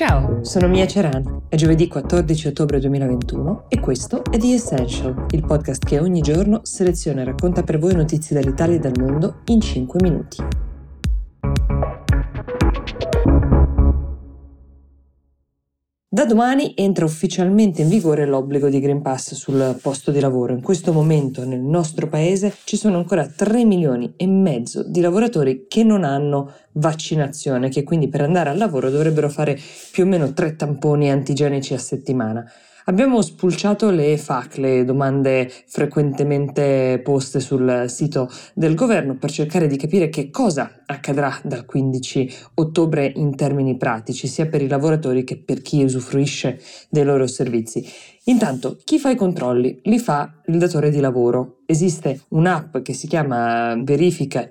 Ciao, sono Mia Ceran, è giovedì 14 ottobre 2021 e questo è The Essential, il podcast che ogni giorno seleziona e racconta per voi notizie dall'Italia e dal mondo in 5 minuti. Da domani entra ufficialmente in vigore l'obbligo di Green Pass sul posto di lavoro. In questo momento nel nostro paese ci sono ancora 3 milioni e mezzo di lavoratori che non hanno vaccinazione, che quindi per andare al lavoro dovrebbero fare più o meno 3 tamponi antigenici a settimana. Abbiamo spulciato le FAQ, le domande frequentemente poste sul sito del governo, per cercare di capire che cosa accadrà dal 15 ottobre in termini pratici, sia per i lavoratori che per chi usufruisce dei loro servizi. Intanto, chi fa i controlli? Li fa il datore di lavoro. Esiste un'app che si chiama Verifica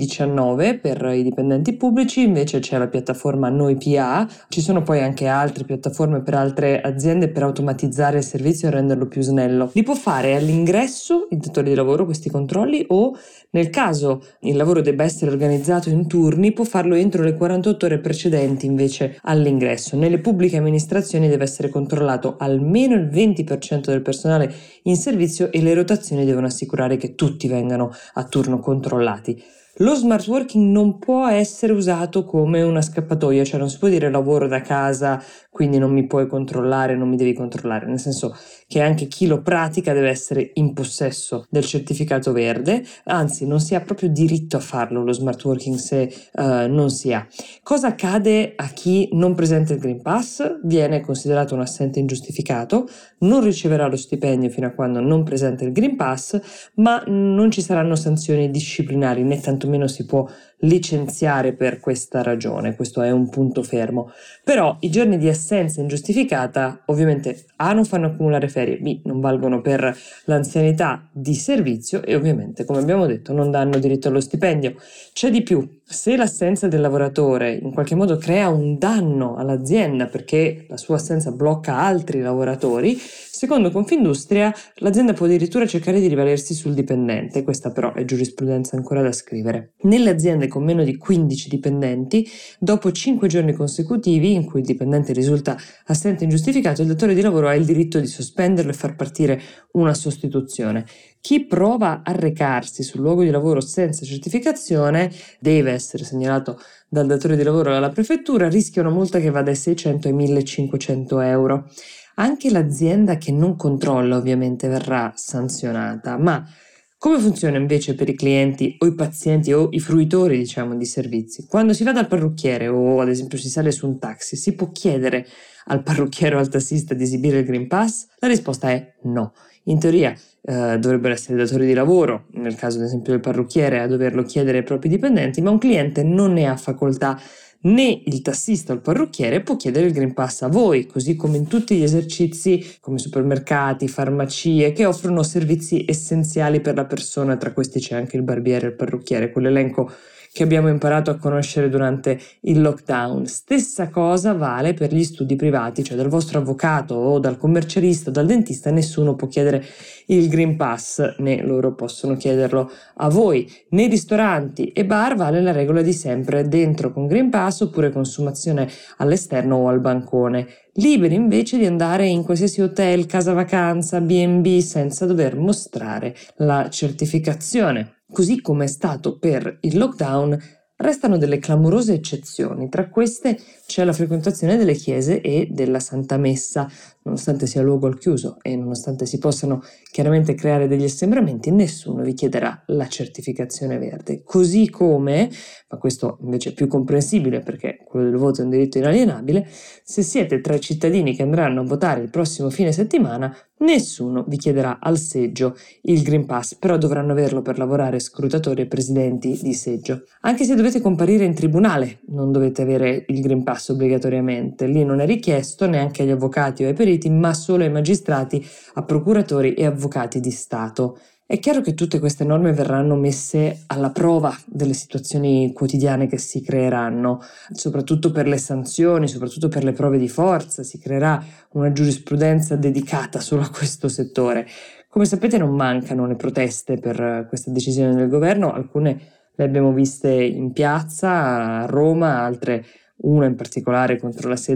C19 per i dipendenti pubblici, invece c'è la piattaforma NoiPA, ci sono poi anche altre piattaforme per altre aziende per automatizzare il servizio e renderlo più snello. Li può fare all'ingresso il datore di lavoro questi controlli, o nel caso il lavoro debba essere organizzato in turni può farlo entro le 48 ore precedenti invece all'ingresso. Nelle pubbliche amministrazioni deve essere controllato almeno il 20% del personale in servizio e le rotazioni devono assicurare che tutti vengano a turno controllati. Lo smart working non può essere usato come una scappatoia, cioè non si può dire lavoro da casa, quindi non mi puoi controllare, non mi devi controllare, nel senso che anche chi lo pratica deve essere in possesso del certificato verde, anzi non si ha proprio diritto a farlo lo smart working se non si ha. Cosa accade a chi non presenta il Green Pass? Viene considerato un assente ingiustificato, non riceverà lo stipendio fino a quando non presenta il Green Pass, ma non ci saranno sanzioni disciplinari, né tantomeno si può licenziare per questa ragione. Questo è un punto fermo. Però i giorni di assenza ingiustificata ovviamente A non fanno accumulare ferie, B non valgono per l'anzianità di servizio e ovviamente, come abbiamo detto, non danno diritto allo stipendio. C'è di più. Se l'assenza del lavoratore in qualche modo crea un danno all'azienda perché la sua assenza blocca altri lavoratori, secondo Confindustria l'azienda può addirittura cercare di rivalersi sul dipendente. Questa però è giurisprudenza ancora da scrivere. Nelle aziende con meno di 15 dipendenti, dopo 5 giorni consecutivi in cui il dipendente risulta assente ingiustificato, il datore di lavoro ha il diritto di sospenderlo e far partire una sostituzione. Chi prova a recarsi sul luogo di lavoro senza certificazione deve essere segnalato dal datore di lavoro alla prefettura, rischia una multa che va dai 600 ai 1500 euro. Anche l'azienda che non controlla ovviamente verrà sanzionata, ma come funziona invece per i clienti o i pazienti o i fruitori, diciamo, di servizi? Quando si va dal parrucchiere o ad esempio si sale su un taxi, si può chiedere al parrucchiere o al tassista di esibire il Green Pass? La risposta è no. In teoria dovrebbero essere i datori di lavoro, nel caso ad esempio del parrucchiere, a doverlo chiedere ai propri dipendenti, ma un cliente non ne ha facoltà, né il tassista o il parrucchiere può chiedere il Green Pass a voi, così come in tutti gli esercizi come supermercati, farmacie, che offrono servizi essenziali per la persona. Tra questi c'è anche il barbiere e il parrucchiere, quell'elenco che abbiamo imparato a conoscere durante il lockdown. Stessa cosa vale per gli studi privati, cioè dal vostro avvocato o dal commercialista o dal dentista nessuno può chiedere il Green Pass, né loro possono chiederlo a voi. Nei ristoranti e bar vale la regola di sempre: dentro con Green Pass oppure consumazione all'esterno o al bancone. Liberi invece di andare in qualsiasi hotel, casa vacanza, B&B senza dover mostrare la certificazione. Così come è stato per il lockdown, restano delle clamorose eccezioni. Tra queste c'è la frequentazione delle chiese e della Santa Messa. Nonostante sia luogo al chiuso e nonostante si possano chiaramente creare degli assembramenti, nessuno vi chiederà la certificazione verde. Così come, ma questo invece è più comprensibile perché quello del voto è un diritto inalienabile, se siete tra i cittadini che andranno a votare il prossimo fine settimana, nessuno vi chiederà al seggio il Green Pass, però dovranno averlo per lavorare scrutatori e presidenti di seggio. Anche se dovete comparire in tribunale, non dovete avere il Green Pass obbligatoriamente. Lì non è richiesto neanche agli avvocati o ai periti, ma solo ai magistrati, a procuratori e avvocati di Stato. È chiaro che tutte queste norme verranno messe alla prova delle situazioni quotidiane che si creeranno, soprattutto per le sanzioni, soprattutto per le prove di forza. Si creerà una giurisprudenza dedicata solo a questo settore. Come sapete non mancano le proteste per questa decisione del governo, alcune le abbiamo viste in piazza a Roma, altre, una in particolare contro la sede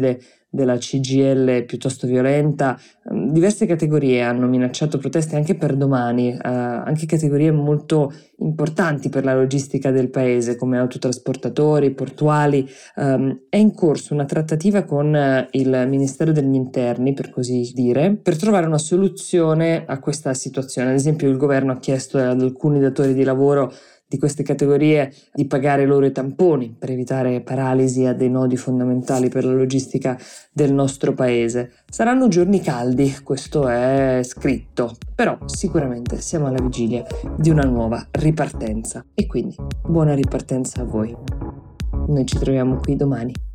della CGIL piuttosto violenta, diverse categorie hanno minacciato proteste anche per domani, anche categorie molto importanti per la logistica del paese come autotrasportatori, portuali. È in corso una trattativa con il Ministero degli Interni, per così dire, per trovare una soluzione a questa situazione. Ad esempio il governo ha chiesto ad alcuni datori di lavoro di queste categorie di pagare loro i tamponi per evitare paralisi a dei nodi fondamentali per la logistica del nostro paese. Saranno giorni caldi, questo è scritto, però sicuramente siamo alla vigilia di una nuova ripartenza e quindi buona ripartenza a voi. Noi ci troviamo qui domani.